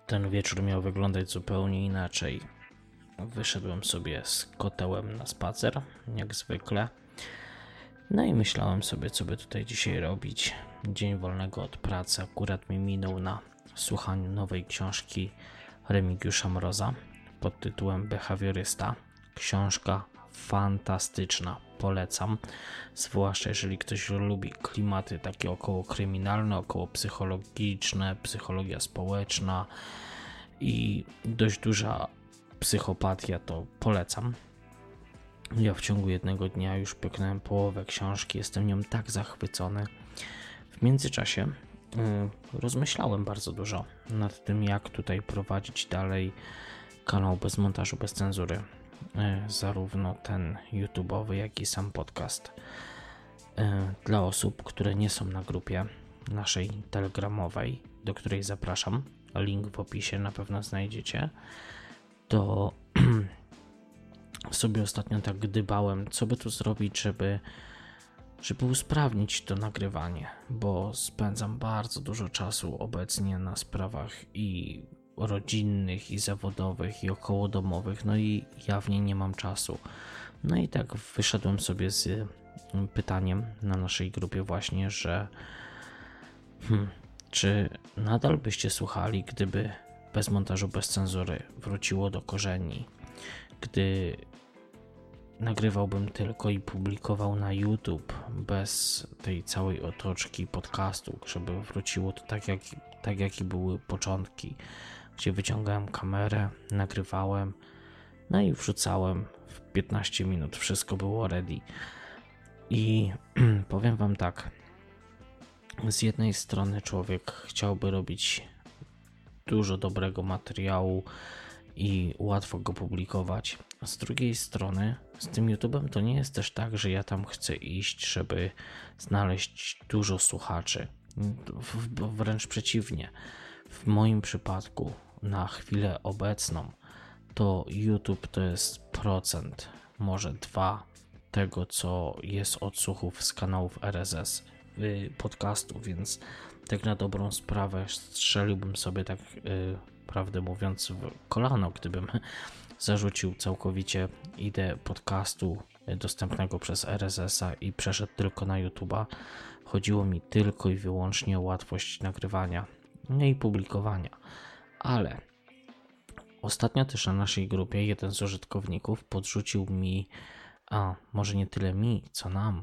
ten wieczór miał wyglądać zupełnie inaczej. Wyszedłem sobie z kotełem na spacer, jak zwykle. No i myślałem sobie, co by tutaj dzisiaj robić. Dzień wolnego od pracy akurat mi minął na słuchaniu nowej książki Remigiusza Mroza pod tytułem Behawiorysta. Książka fantastyczna, polecam. Zwłaszcza jeżeli ktoś lubi klimaty takie około kryminalne, około psychologiczne, psychologia społeczna i dość duża psychopatia, to polecam. Ja w ciągu jednego dnia już pyknąłem połowę książki, jestem nią tak zachwycony. W międzyczasie rozmyślałem bardzo dużo nad tym, jak tutaj prowadzić dalej kanał bez montażu, bez cenzury. Zarówno ten YouTube'owy, jak i sam podcast. Dla osób, które nie są na grupie naszej telegramowej, do której zapraszam, link w opisie na pewno znajdziecie, to sobie ostatnio tak gdybałem, co by tu zrobić, żeby usprawnić to nagrywanie, bo spędzam bardzo dużo czasu obecnie na sprawach i rodzinnych, i zawodowych, i okołodomowych, no i jawnie nie mam czasu. No i tak wyszedłem sobie z pytaniem na naszej grupie właśnie, że czy nadal byście słuchali, gdyby bez montażu, bez cenzury wróciło do korzeni, gdy nagrywałbym tylko i publikował na YouTube bez tej całej otoczki podcastu, żeby wróciło to tak jak i były początki, gdzie wyciągałem kamerę, nagrywałem, no i wrzucałem w 15 minut, wszystko było ready. I powiem wam tak, z jednej strony człowiek chciałby robić dużo dobrego materiału i łatwo go publikować. A z drugiej strony z tym YouTube'em to nie jest też tak, że ja tam chcę iść, żeby znaleźć dużo słuchaczy. Wręcz przeciwnie. W moim przypadku na chwilę obecną to YouTube to jest procent, może 2 tego, co jest odsłuchów z kanałów RSS podcastu, więc tak na dobrą sprawę strzeliłbym sobie tak prawdę mówiąc w kolano, gdybym zarzucił całkowicie ideę podcastu dostępnego przez RSS-a i przeszedł tylko na YouTube'a. Chodziło mi tylko i wyłącznie o łatwość nagrywania, no i publikowania. Ale ostatnio też na naszej grupie jeden z użytkowników podrzucił mi, a może nie tyle mi, co nam,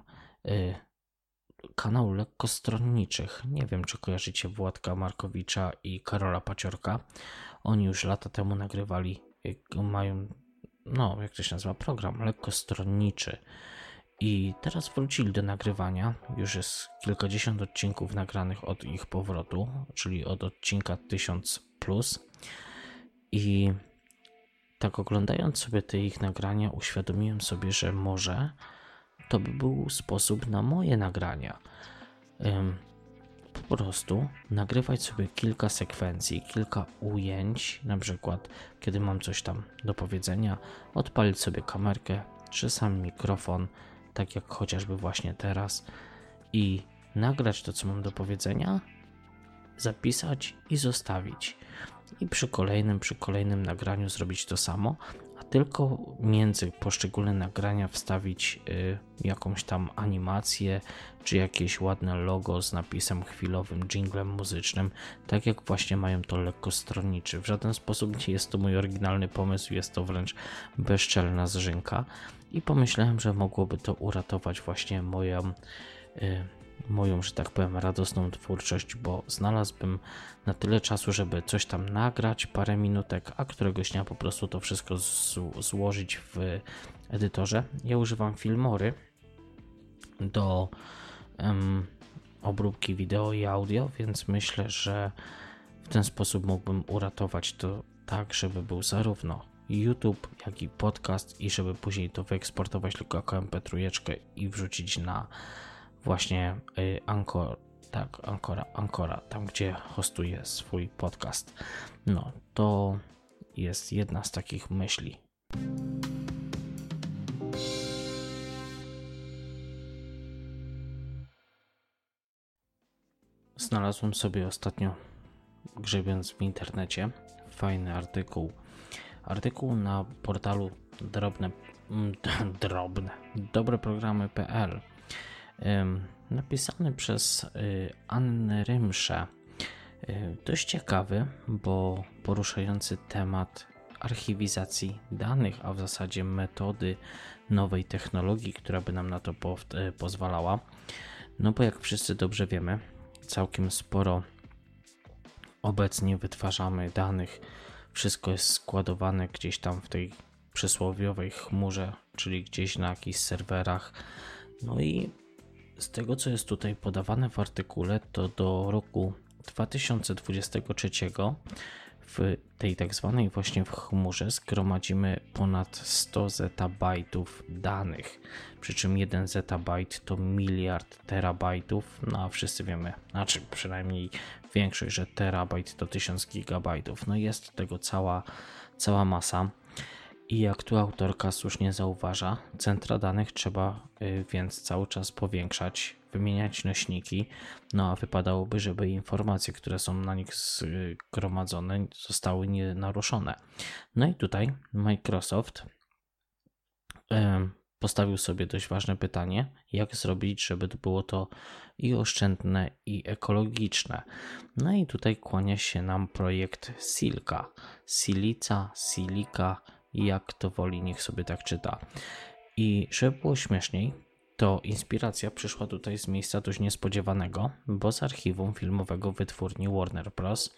kanał lekkostronniczych. Nie wiem, czy kojarzycie Władka Markowicza i Karola Paciorka. Oni już lata temu nagrywali, mają, jak to się nazywa, program lekkostronniczy. I teraz wrócili do nagrywania. Już jest kilkadziesiąt odcinków nagranych od ich powrotu, czyli od odcinka 1000+. I tak oglądając sobie te ich nagrania, uświadomiłem sobie, że może to by był sposób na moje nagrania. Po prostu nagrywać sobie kilka sekwencji, kilka ujęć, na przykład kiedy mam coś tam do powiedzenia, odpalić sobie kamerkę, czy sam mikrofon, tak jak chociażby właśnie teraz, i nagrać to, co mam do powiedzenia, zapisać i zostawić. I przy kolejnym nagraniu zrobić to samo, a tylko między poszczególne nagrania wstawić jakąś tam animację, czy jakieś ładne logo z napisem chwilowym, dżinglem muzycznym, tak jak właśnie mają to lekkostronniczy. W żaden sposób nie jest to mój oryginalny pomysł, jest to wręcz bezczelna zżynka i pomyślałem, że mogłoby to uratować właśnie moją, że tak powiem, radosną twórczość, bo znalazłbym na tyle czasu, żeby coś tam nagrać, parę minutek, a któregoś dnia po prostu to wszystko złożyć w edytorze. Ja używam Filmory do obróbki wideo i audio, więc myślę, że w ten sposób mógłbym uratować to tak, żeby był zarówno YouTube, jak i podcast i żeby później to wyeksportować tylko jako MP3 i wrzucić na właśnie Ancora, tam gdzie hostuję swój podcast. No, to jest jedna z takich myśli. Znalazłem sobie ostatnio grzebiąc w internecie, fajny artykuł. Artykuł na portalu dobreprogramy.pl, napisany przez Annę Rymszę. Dość ciekawy, bo poruszający temat archiwizacji danych, a w zasadzie metody nowej technologii, która by nam na to pozwalała. No bo jak wszyscy dobrze wiemy, całkiem sporo obecnie wytwarzamy danych. Wszystko jest składowane gdzieś tam w tej przysłowiowej chmurze, czyli gdzieś na jakichś serwerach. No i z tego, co jest tutaj podawane w artykule, to do roku 2023 w tej tak zwanej właśnie w chmurze zgromadzimy ponad 100 zetabajtów danych, przy czym 1 zetabajt to miliard terabajtów, no a wszyscy wiemy, znaczy przynajmniej większość, że terabajt to 1000 gigabajtów, no jest tego cała masa. I jak tu autorka słusznie zauważa, centra danych trzeba więc cały czas powiększać, wymieniać nośniki, no a wypadałoby, żeby informacje, które są na nich zgromadzone, zostały nienaruszone. No i tutaj Microsoft postawił sobie dość ważne pytanie, jak zrobić, żeby było to i oszczędne, i ekologiczne. No i tutaj kłania się nam projekt Silka, Silika, jak to woli, niech sobie tak czyta. I żeby było śmieszniej, to inspiracja przyszła tutaj z miejsca dość niespodziewanego, bo z archiwum filmowego wytwórni Warner Bros.,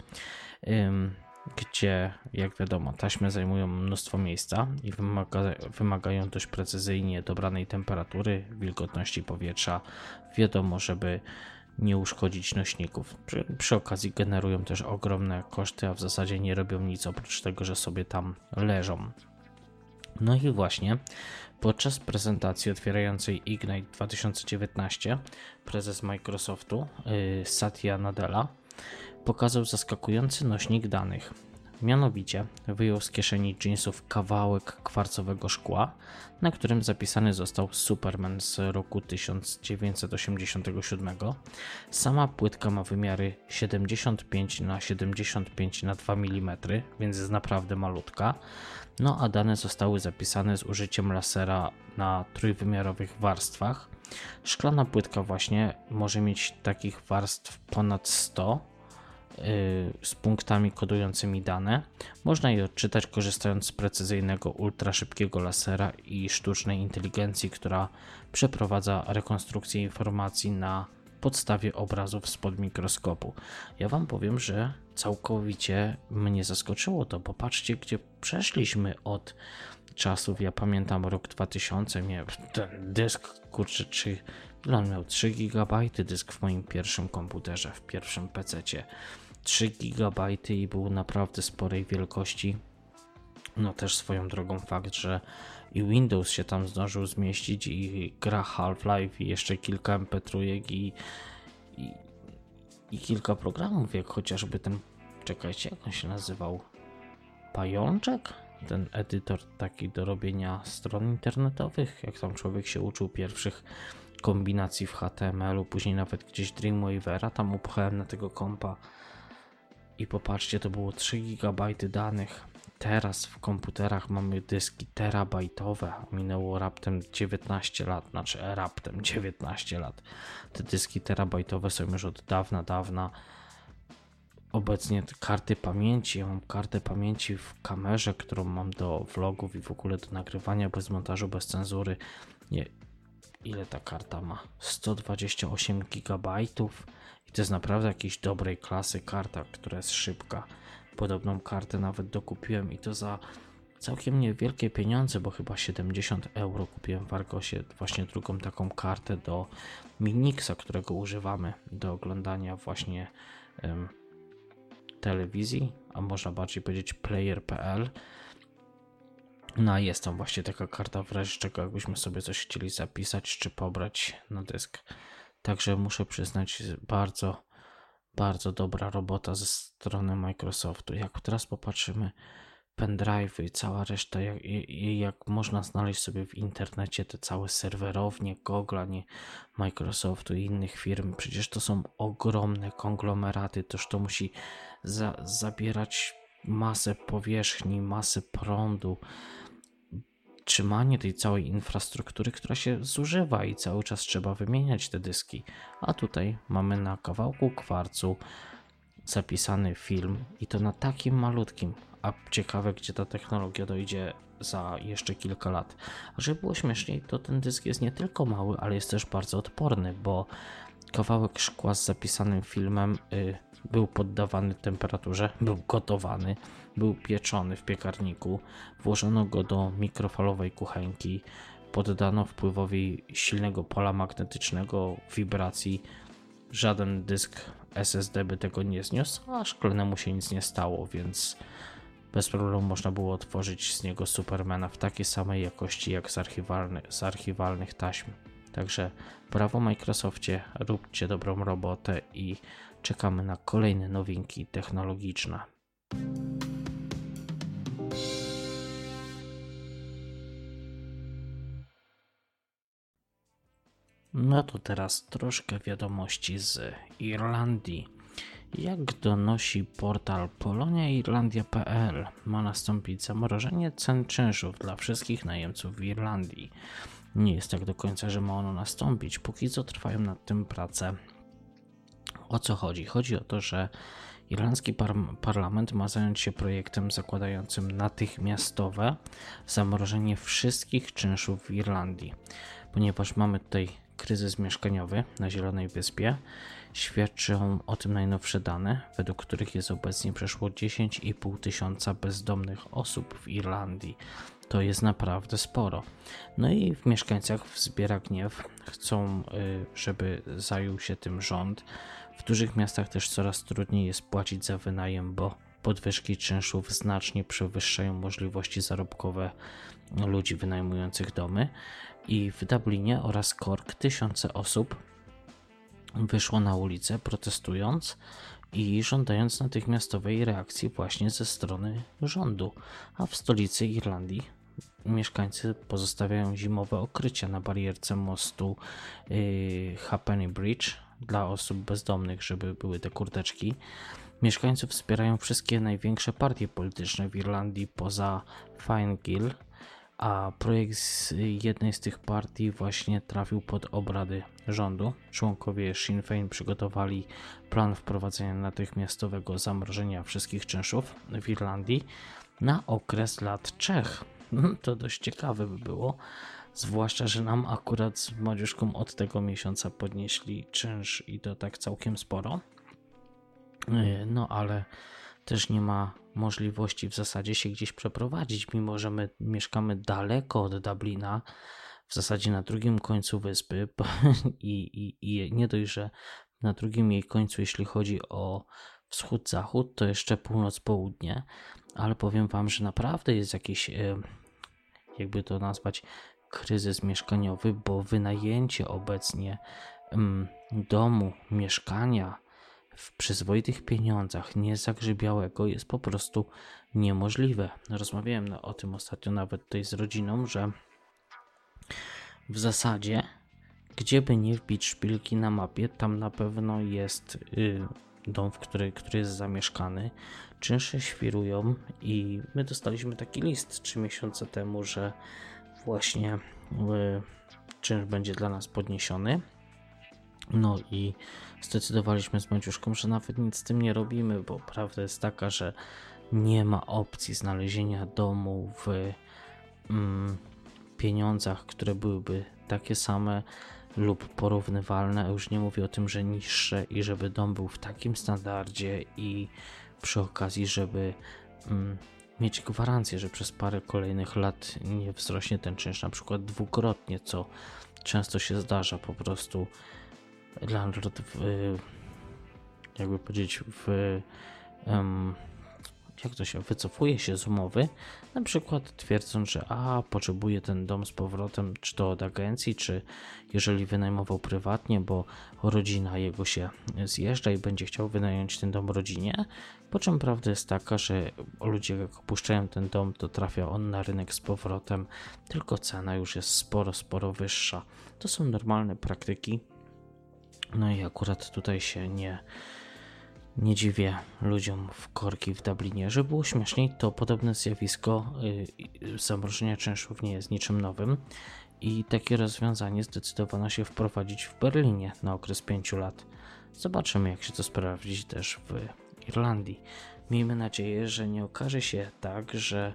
gdzie, jak wiadomo, taśmy zajmują mnóstwo miejsca i wymagają dość precyzyjnie dobranej temperatury, wilgotności powietrza. Wiadomo, żeby nie uszkodzić nośników. Przy okazji generują też ogromne koszty, a w zasadzie nie robią nic oprócz tego, że sobie tam leżą. No i właśnie podczas prezentacji otwierającej Ignite 2019 prezes Microsoftu Satya Nadella pokazał zaskakujący nośnik danych. Mianowicie wyjął z kieszeni jeansów kawałek kwarcowego szkła, na którym zapisany został Superman z roku 1987. Sama płytka ma wymiary 75 na 75 na 2 mm, więc jest naprawdę malutka. No a dane zostały zapisane z użyciem lasera na trójwymiarowych warstwach. Szklana płytka właśnie może mieć takich warstw ponad 100, z punktami kodującymi dane. Można je odczytać korzystając z precyzyjnego, ultraszybkiego lasera i sztucznej inteligencji, która przeprowadza rekonstrukcję informacji na podstawie obrazów spod mikroskopu. Ja wam powiem, że całkowicie mnie zaskoczyło to, bo patrzcie, gdzie przeszliśmy od czasów. Ja pamiętam rok 2000, miałem ten dysk, ile on miał? 3 GB dysk w moim pierwszym komputerze, w pierwszym PC-cie. 3 GB i był naprawdę sporej wielkości. No też swoją drogą fakt, że i Windows się tam zdążył zmieścić i gra Half-Life i jeszcze kilka MP3 i kilka programów, jak chociażby ten, czekajcie, jak on się nazywał? Pajączek? Ten edytor taki do robienia stron internetowych, jak tam człowiek się uczył pierwszych kombinacji w HTML-u, później nawet gdzieś Dreamweavera tam upchałem na tego kompa i popatrzcie, to było 3 GB danych. Teraz w komputerach mamy dyski terabajtowe, minęło raptem 19 lat, znaczy raptem 19 lat. Te dyski terabajtowe są już od dawna. Obecnie karty pamięci, ja mam kartę pamięci w kamerze, którą mam do vlogów i w ogóle do nagrywania bez montażu, bez cenzury. Nie, ile ta karta ma? 128 GB i to jest naprawdę jakiejś dobrej klasy karta, która jest szybka. Podobną kartę nawet dokupiłem i to za całkiem niewielkie pieniądze, bo chyba 70 euro kupiłem w Argosie właśnie drugą taką kartę do Minixa, którego używamy do oglądania właśnie telewizji, a można bardziej powiedzieć player.pl. No jest tam właśnie taka karta, w razie czego jakbyśmy sobie coś chcieli zapisać czy pobrać na dysk. Także muszę przyznać, bardzo dobra robota ze strony Microsoftu. Jak teraz popatrzymy, pendrive'y i cała reszta, jak można znaleźć sobie w internecie te całe serwerownie Google'a, nie Microsoftu i innych firm, przecież to są ogromne konglomeraty, toż to musi zabierać masę powierzchni, masę prądu, trzymanie tej całej infrastruktury, która się zużywa i cały czas trzeba wymieniać te dyski. A tutaj mamy na kawałku kwarcu zapisany film i to na takim malutkim, a ciekawe, gdzie ta technologia dojdzie za jeszcze kilka lat. A żeby było śmieszniej, to ten dysk jest nie tylko mały, ale jest też bardzo odporny, bo kawałek szkła z zapisanym filmem był poddawany temperaturze, był gotowany, był pieczony w piekarniku, włożono go do mikrofalowej kuchenki, poddano wpływowi silnego pola magnetycznego, wibracji. Żaden dysk SSD by tego nie zniósł, a szklanemu się nic nie stało, więc bez problemu można było otworzyć z niego Supermana w takiej samej jakości jak z archiwalnych taśm. Także brawo Microsoftie, róbcie dobrą robotę i czekamy na kolejne nowinki technologiczne. No to teraz troszkę wiadomości z Irlandii. Jak donosi portal poloniairlandia.pl, ma nastąpić zamrożenie cen czynszów dla wszystkich najemców w Irlandii. Nie jest tak do końca, że ma ono nastąpić. Póki co trwają nad tym prace. O co chodzi? Chodzi o to, że irlandzki parlament ma zająć się projektem zakładającym natychmiastowe zamrożenie wszystkich czynszów w Irlandii. Ponieważ mamy tutaj kryzys mieszkaniowy na Zielonej Wyspie, świadczą o tym najnowsze dane, według których jest obecnie przeszło 10,5 tysiąca bezdomnych osób w Irlandii. To jest naprawdę sporo. No i w mieszkańcach wzbiera gniew. Chcą, żeby zajął się tym rząd. W dużych miastach też coraz trudniej jest płacić za wynajem, bo podwyżki czynszów znacznie przewyższają możliwości zarobkowe ludzi wynajmujących domy. I w Dublinie oraz Cork tysiące osób wyszło na ulicę protestując i żądając natychmiastowej reakcji właśnie ze strony rządu. A w stolicy Irlandii mieszkańcy pozostawiają zimowe okrycia na barierce mostu Halfpenny Bridge dla osób bezdomnych, żeby były te kurteczki. Mieszkańców wspierają wszystkie największe partie polityczne w Irlandii poza Fine Gael, a projekt z jednej z tych partii właśnie trafił pod obrady rządu. Członkowie Sinn Féin przygotowali plan wprowadzenia natychmiastowego zamrożenia wszystkich czynszów w Irlandii na okres lat 3. To dość ciekawe by było, zwłaszcza, że nam akurat z Madziuszką od tego miesiąca podnieśli czynsz i to tak całkiem sporo. No ale też nie ma możliwości w zasadzie się gdzieś przeprowadzić, mimo że my mieszkamy daleko od Dublina, w zasadzie na drugim końcu wyspy i nie dość, że na drugim jej końcu, jeśli chodzi o wschód-zachód, to jeszcze północ-południe, ale powiem wam, że naprawdę jest jakiś, jakby to nazwać, kryzys mieszkaniowy, bo wynajęcie obecnie domu, mieszkania w przyzwoitych pieniądzach, niezagrzybiałego, jest po prostu niemożliwe. Rozmawiałem o tym ostatnio nawet tutaj z rodziną, że w zasadzie, gdzie by nie wbić szpilki na mapie, tam na pewno jest dom, który jest zamieszkany. Czynsze świrują i my dostaliśmy taki list 3 miesiące temu, że właśnie czynsz będzie dla nas podniesiony. No i zdecydowaliśmy z Maciuszką, że nawet nic z tym nie robimy, bo prawda jest taka, że nie ma opcji znalezienia domu w pieniądzach, które byłyby takie same lub porównywalne, a już nie mówię o tym, że niższe i żeby dom był w takim standardzie i przy okazji, żeby mieć gwarancję, że przez parę kolejnych lat nie wzrośnie ten czynsz na przykład dwukrotnie, co często się zdarza. Po prostu landlord jakby powiedzieć jak to się wycofuje się z umowy, na przykład twierdząc, że potrzebuje ten dom z powrotem, czy to od agencji, czy jeżeli wynajmował prywatnie, bo rodzina jego się zjeżdża i będzie chciał wynająć ten dom rodzinie, po czym prawda jest taka, że ludzie jak opuszczają ten dom, to trafia on na rynek z powrotem, tylko cena już jest sporo wyższa. To są normalne praktyki, no i akurat tutaj się nie dziwię ludziom w korki w Dublinie. Żeby było śmieszniej, to podobne zjawisko zamrożenia czynszów nie jest niczym nowym i takie rozwiązanie zdecydowano się wprowadzić w Berlinie na okres 5 lat. Zobaczymy, jak się to sprawdzi też w Irlandii. Miejmy nadzieję, że nie okaże się tak, że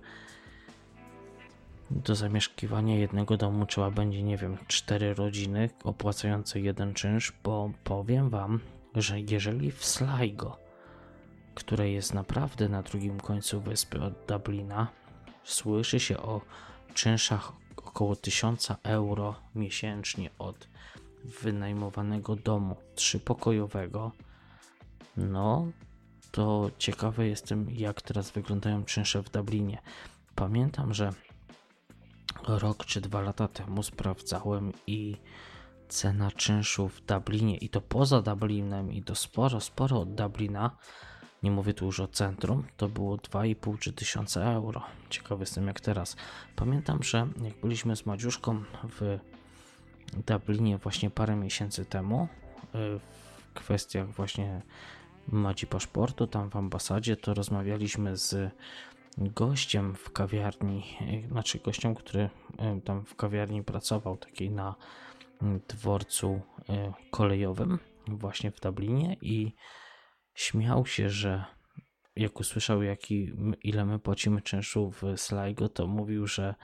do zamieszkiwania jednego domu trzeba będzie, 4 rodziny opłacające jeden czynsz, bo powiem wam, że jeżeli w Sligo, które jest naprawdę na drugim końcu wyspy od Dublina, słyszy się o czynszach około 1000 euro miesięcznie od wynajmowanego domu 3-pokojowego, no to ciekawy jestem, jak teraz wyglądają czynsze w Dublinie. Pamiętam, że rok czy 2 lata temu sprawdzałem i cena czynszu w Dublinie, i to poza Dublinem, i to sporo od Dublina, nie mówię tu już o centrum, to było 2,5 czy 1000 euro. Ciekawy jestem jak teraz. Pamiętam, że jak byliśmy z Madziuszką w Dublinie właśnie parę miesięcy temu, w kwestiach właśnie Madzi paszportu, tam w ambasadzie, to rozmawialiśmy z gościem w kawiarni, gościem, który tam w kawiarni pracował, takiej na dworcu kolejowym właśnie w Dublinie, i śmiał się, że jak usłyszał ile my płacimy czynszu w Sligo, to mówił, że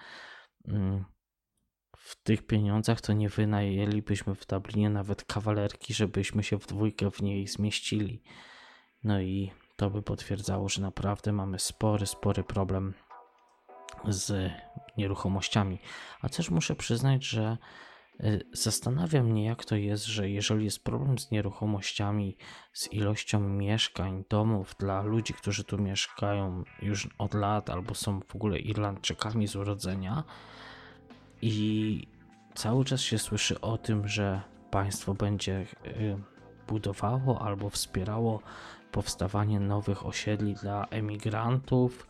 w tych pieniądzach to nie wynajęlibyśmy w Dublinie nawet kawalerki, żebyśmy się w dwójkę w niej zmieścili. No i to by potwierdzało, że naprawdę mamy spory problem z nieruchomościami. A też muszę przyznać, że zastanawia mnie, jak to jest, że jeżeli jest problem z nieruchomościami, z ilością mieszkań, domów dla ludzi, którzy tu mieszkają już od lat albo są w ogóle Irlandczykami z urodzenia, i cały czas się słyszy o tym, że państwo będzie budowało albo wspierało powstawanie nowych osiedli dla emigrantów,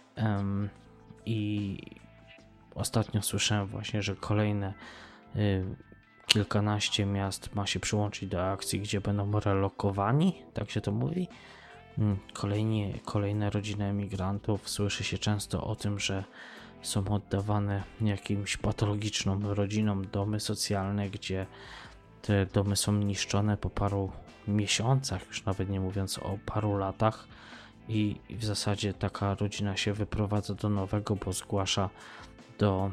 i ostatnio słyszałem właśnie, że kolejne kilkanaście miast ma się przyłączyć do akcji, gdzie będą relokowani, tak się to mówi. Kolejne rodziny emigrantów. Słyszy się często o tym, że są oddawane jakimś patologicznym rodzinom domy socjalne, gdzie te domy są niszczone po paru miesiącach, już nawet nie mówiąc o paru latach, i w zasadzie taka rodzina się wyprowadza do nowego, bo zgłasza do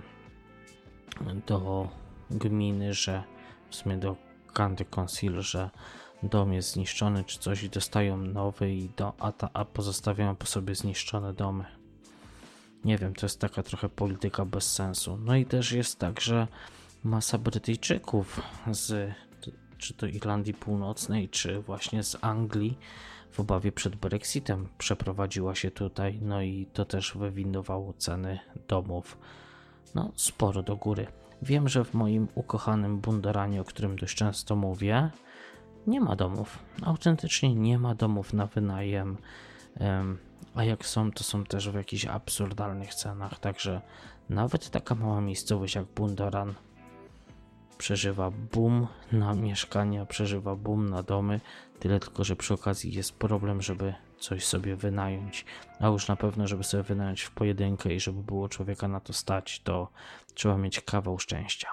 gminy, że w sumie do County Council, że dom jest zniszczony czy coś, i dostają nowy, a pozostawiają po sobie zniszczone domy. Nie wiem, to jest taka trochę polityka bez sensu. No i też jest tak, że masa Brytyjczyków czy to Irlandii Północnej, czy właśnie z Anglii, w obawie przed Brexitem przeprowadziła się tutaj, no i to też wywindowało ceny domów sporo do góry. Wiem, że w moim ukochanym Bundoranie, o którym dość często mówię, nie ma domów. Autentycznie nie ma domów na wynajem, a jak są, to są też w jakichś absurdalnych cenach, także nawet taka mała miejscowość jak Bundoran przeżywa boom na mieszkania, przeżywa boom na domy, tyle tylko, że przy okazji jest problem, żeby coś sobie wynająć, a już na pewno, żeby sobie wynająć w pojedynkę i żeby było człowieka na to stać, to trzeba mieć kawał szczęścia.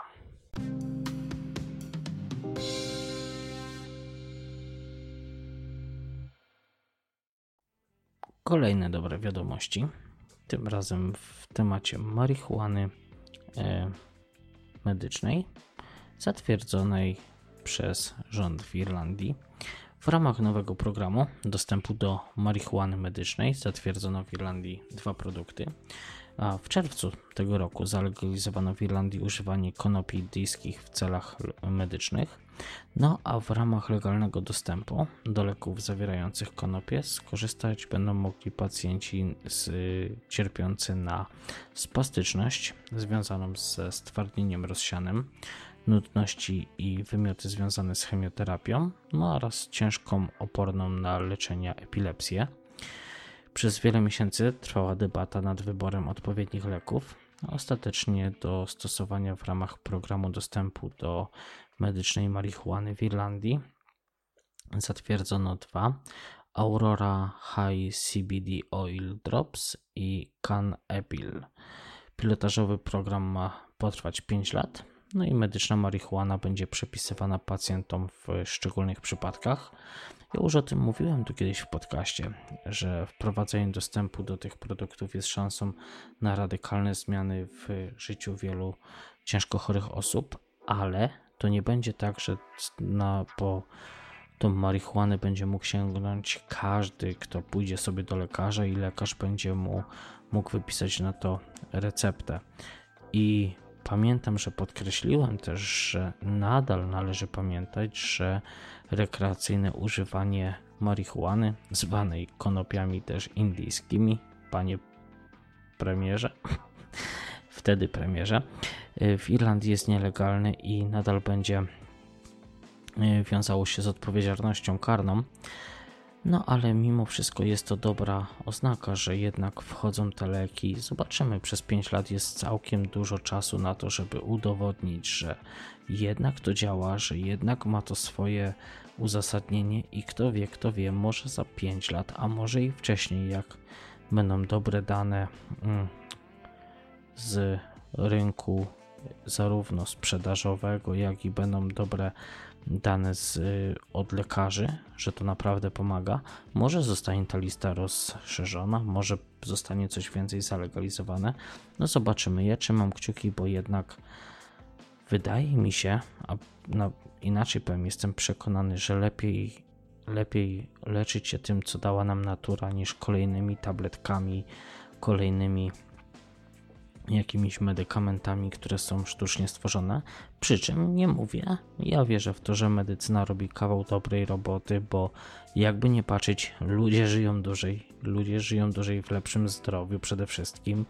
Kolejne dobre wiadomości, tym razem w temacie marihuany medycznej, zatwierdzonej przez rząd w Irlandii. W ramach nowego programu dostępu do marihuany medycznej zatwierdzono w Irlandii 2 produkty. A w czerwcu tego roku zalegalizowano w Irlandii używanie konopi indyjskich w celach medycznych. No a w ramach legalnego dostępu do leków zawierających konopie skorzystać będą mogli pacjenci cierpiący na spastyczność związaną ze stwardnieniem rozsianym, nudności i wymioty związane z chemioterapią, no oraz ciężką oporną na leczenie epilepsję. Przez wiele miesięcy trwała debata nad wyborem odpowiednich leków. Ostatecznie do stosowania w ramach programu dostępu do medycznej marihuany w Irlandii zatwierdzono 2: Aurora High CBD Oil Drops i Can-Epil. Pilotażowy program ma potrwać 5 lat, no i medyczna marihuana będzie przepisywana pacjentom w szczególnych przypadkach. Ja już o tym mówiłem tu kiedyś w podcaście, że wprowadzenie dostępu do tych produktów jest szansą na radykalne zmiany w życiu wielu ciężko chorych osób, ale to nie będzie tak, że po tą marihuanę będzie mógł sięgnąć każdy, kto pójdzie sobie do lekarza i lekarz będzie mógł wypisać na to receptę. I pamiętam, że podkreśliłem też, że nadal należy pamiętać, że rekreacyjne używanie marihuany, zwanej konopiami też indyjskimi, panie premierze, wtedy premierze, w Irlandii jest nielegalne i nadal będzie wiązało się z odpowiedzialnością karną. No ale mimo wszystko jest to dobra oznaka, że jednak wchodzą te leki. Zobaczymy, przez 5 lat jest całkiem dużo czasu na to, żeby udowodnić, że jednak to działa, że jednak ma to swoje uzasadnienie i kto wie, może za 5 lat, a może i wcześniej, jak będą dobre dane z rynku zarówno sprzedażowego, jak i będą dobre dane od lekarzy, że to naprawdę pomaga. Może zostanie ta lista rozszerzona, może zostanie coś więcej zalegalizowane. No zobaczymy. Ja trzymam kciuki, bo jednak wydaje mi się, inaczej powiem, jestem przekonany, że lepiej leczyć się tym, co dała nam natura, niż kolejnymi tabletkami, kolejnymi jakimiś medykamentami, które są sztucznie stworzone. Przy czym nie mówię, ja wierzę w to, że medycyna robi kawał dobrej roboty, bo jakby nie patrzeć, ludzie żyją dłużej w lepszym zdrowiu przede wszystkim.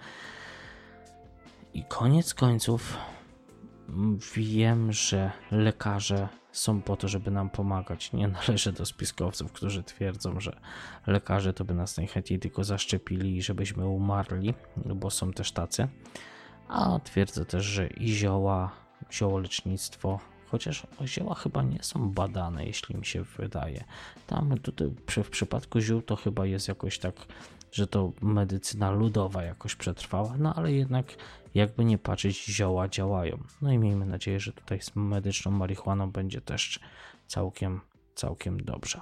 I koniec końców wiem, że lekarze są po to, żeby nam pomagać. Nie należę do spiskowców, którzy twierdzą, że lekarze to by nas najchętniej tylko zaszczepili i żebyśmy umarli, bo są też tacy. A twierdzę też, że i ziołolecznictwo, chociaż zioła chyba nie są badane, jeśli mi się wydaje. Tam tutaj w przypadku ziół to chyba jest jakoś tak, że to medycyna ludowa jakoś przetrwała, no ale jednak jakby nie patrzeć, zioła działają. No i miejmy nadzieję, że tutaj z medyczną marihuaną będzie też całkiem dobrze.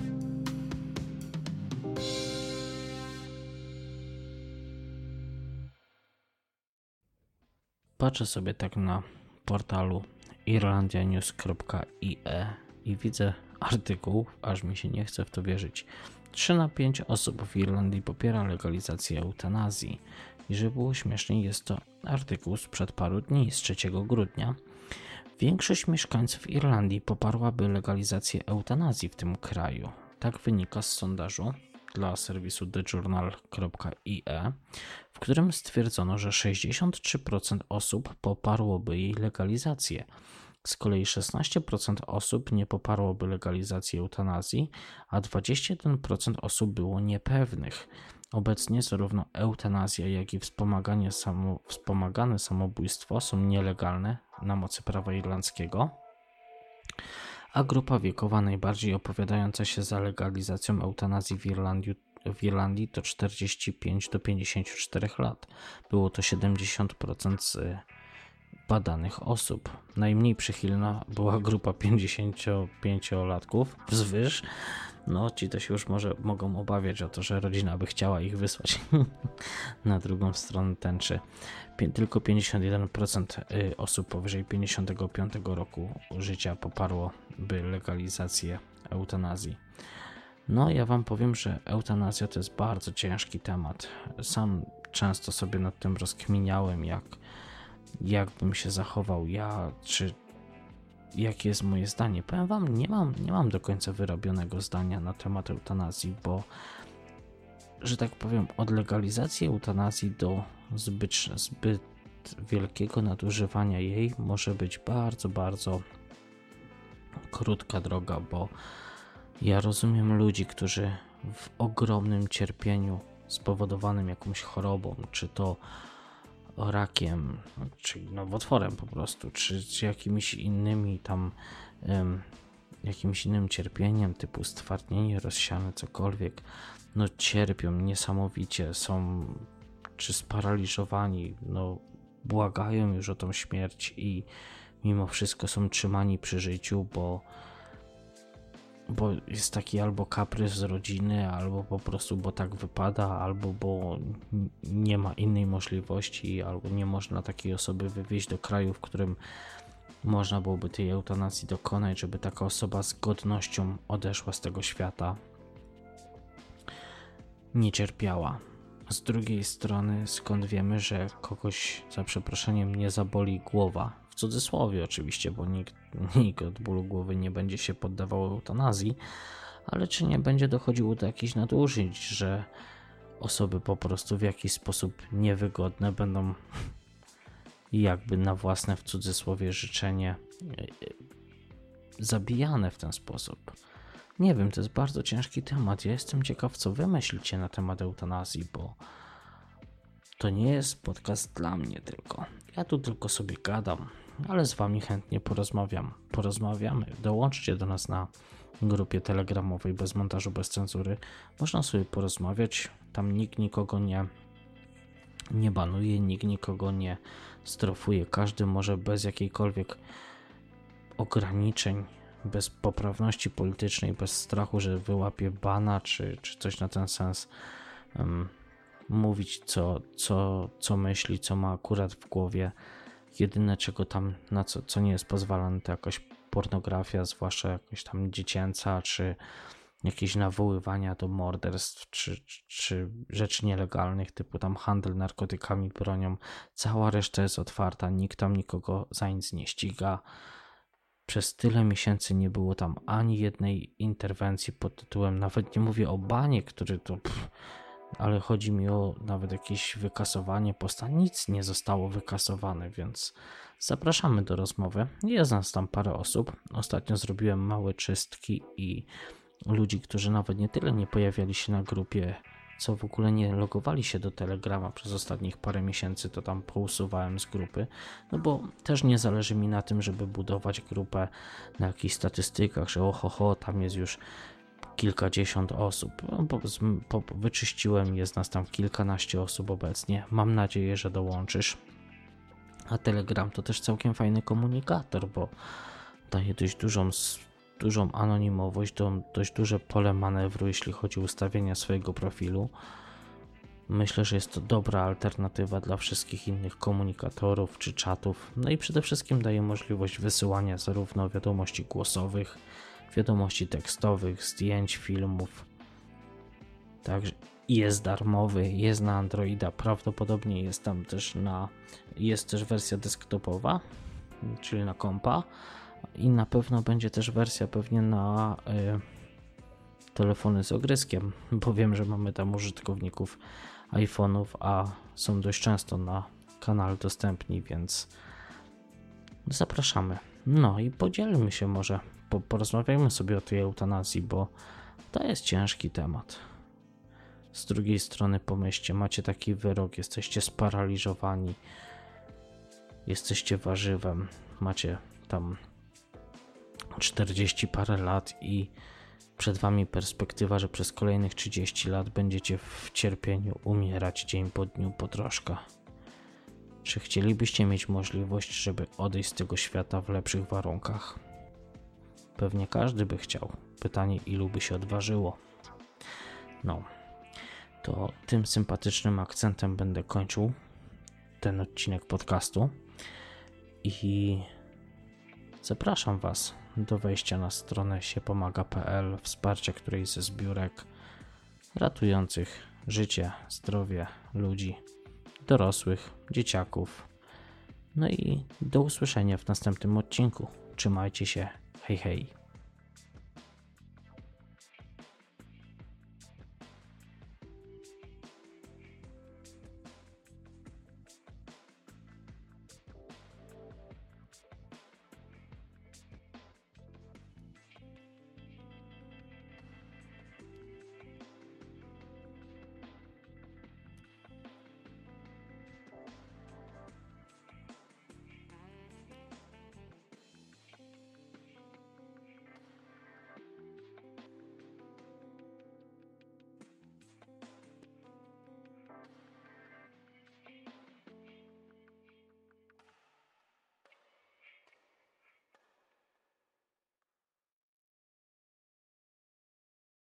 Patrzę sobie tak na portalu irlandianews.ie i widzę artykuł, aż mi się nie chce w to wierzyć. 3 na 5 osób w Irlandii popiera legalizację eutanazji. I żeby było śmieszniej, jest to artykuł sprzed paru dni, z 3 grudnia. Większość mieszkańców Irlandii poparłaby legalizację eutanazji w tym kraju. Tak wynika z sondażu dla serwisu thejournal.ie, w którym stwierdzono, że 63% osób poparłoby jej legalizację. Z kolei 16% osób nie poparłoby legalizacji eutanazji, a 21% osób było niepewnych. Obecnie zarówno eutanazja, jak i wspomagane samobójstwo są nielegalne na mocy prawa irlandzkiego, a grupa wiekowa najbardziej opowiadająca się za legalizacją eutanazji w Irlandii to 45 do 54 lat. Było to 70% z badanych osób. Najmniej przychylna była grupa 55-latków wzwyż. No, ci to się już mogą obawiać o to, że rodzina by chciała ich wysłać na drugą stronę tęczy. Tylko 51% osób powyżej 55 roku życia poparłoby legalizację eutanazji. No, ja wam powiem, że eutanazja to jest bardzo ciężki temat. Sam często sobie nad tym rozkminiałem, jak bym się zachował ja, czy jakie jest moje zdanie. Powiem wam, nie mam do końca wyrobionego zdania na temat eutanazji, bo, że tak powiem, od legalizacji eutanazji do zbyt wielkiego nadużywania jej może być bardzo, bardzo krótka droga, bo ja rozumiem ludzi, którzy w ogromnym cierpieniu spowodowanym jakąś chorobą, czy to rakiem, czy nowotworem po prostu, czy jakimiś innymi tam jakimś innym cierpieniem typu stwardnienie rozsiane, cokolwiek, no cierpią niesamowicie, są czy sparaliżowani, no błagają już o tą śmierć i mimo wszystko są trzymani przy życiu, bo jest taki albo kaprys z rodziny, albo po prostu bo tak wypada, albo bo nie ma innej możliwości, albo nie można takiej osoby wywieźć do kraju, w którym można byłoby tej eutanazji dokonać, żeby taka osoba z godnością odeszła z tego świata, nie cierpiała. Z drugiej strony, skąd wiemy, że kogoś, za przeproszeniem, nie zaboli głowa, w cudzysłowie oczywiście, bo nikt od bólu głowy nie będzie się poddawał eutanazji, ale czy nie będzie dochodziło do jakichś nadużyć, że osoby po prostu w jakiś sposób niewygodne będą jakby na własne, w cudzysłowie, życzenie zabijane w ten sposób. Nie wiem, to jest bardzo ciężki temat. Ja jestem ciekaw, co wy myślicie na temat eutanazji, bo to nie jest podcast dla mnie tylko. Ja tu tylko sobie gadam, ale z wami chętnie porozmawiamy. Dołączcie do nas na grupie telegramowej Bez montażu, bez cenzury. Można sobie porozmawiać. Tam nikt nikogo nie banuje, nikt nikogo nie strofuje. Każdy może bez jakiejkolwiek ograniczeń, bez poprawności politycznej, bez strachu, że wyłapie bana, czy coś na ten sens, mówić co myśli, co ma akurat w głowie. Jedyne, czego tam, na co nie jest pozwalane, to jakaś pornografia, zwłaszcza jakaś tam dziecięca, czy jakieś nawoływania do morderstw, czy rzeczy nielegalnych, typu tam handel narkotykami, bronią. Cała reszta jest otwarta, nikt tam nikogo za nic nie ściga. Przez tyle miesięcy nie było tam ani jednej interwencji pod tytułem, nawet nie mówię o banie, który to ale chodzi mi o nawet jakieś wykasowanie posta. Nic nie zostało wykasowane, więc zapraszamy do rozmowy. Jest nas tam parę osób. Ostatnio zrobiłem małe czystki i ludzi, którzy nawet nie tyle nie pojawiali się na grupie, co w ogóle nie logowali się do Telegrama przez ostatnich parę miesięcy, to tam pousuwałem z grupy, no bo też nie zależy mi na tym, żeby budować grupę na jakichś statystykach, że tam jest już kilkadziesiąt osób. Wyczyściłem, jest nas tam kilkanaście osób obecnie. Mam nadzieję, że dołączysz. A Telegram to też całkiem fajny komunikator, bo daje dość dużą anonimowość, dość duże pole manewru, jeśli chodzi o ustawienia swojego profilu. Myślę, że jest to dobra alternatywa dla wszystkich innych komunikatorów czy czatów. No i przede wszystkim daje możliwość wysyłania zarówno wiadomości głosowych, wiadomości tekstowych, zdjęć, filmów. Także jest darmowy, jest na Androida, prawdopodobnie jest tam też jest też wersja desktopowa, czyli na kompa, i na pewno będzie też wersja pewnie na telefony z ogryskiem, bo wiem, że mamy tam użytkowników iPhone'ów, a są dość często na kanale dostępni, więc zapraszamy. No i podzielmy się może, porozmawiajmy sobie o tej eutanazji, bo to jest ciężki temat. Z drugiej strony pomyślcie, macie taki wyrok, jesteście sparaliżowani, jesteście warzywem, macie tam 40 parę lat i przed wami perspektywa, że przez kolejnych 30 lat będziecie w cierpieniu umierać dzień po dniu po troszkę. Czy chcielibyście mieć możliwość, żeby odejść z tego świata w lepszych warunkach? Pewnie każdy by chciał. Pytanie, ilu by się odważyło? No, to tym sympatycznym akcentem będę kończył ten odcinek podcastu i zapraszam was do wejścia na stronę siepomaga.pl, wsparcia którejś ze zbiórek ratujących życie, zdrowie ludzi dorosłych, dzieciaków. No i do usłyszenia w następnym odcinku. Trzymajcie się. Hej, hej.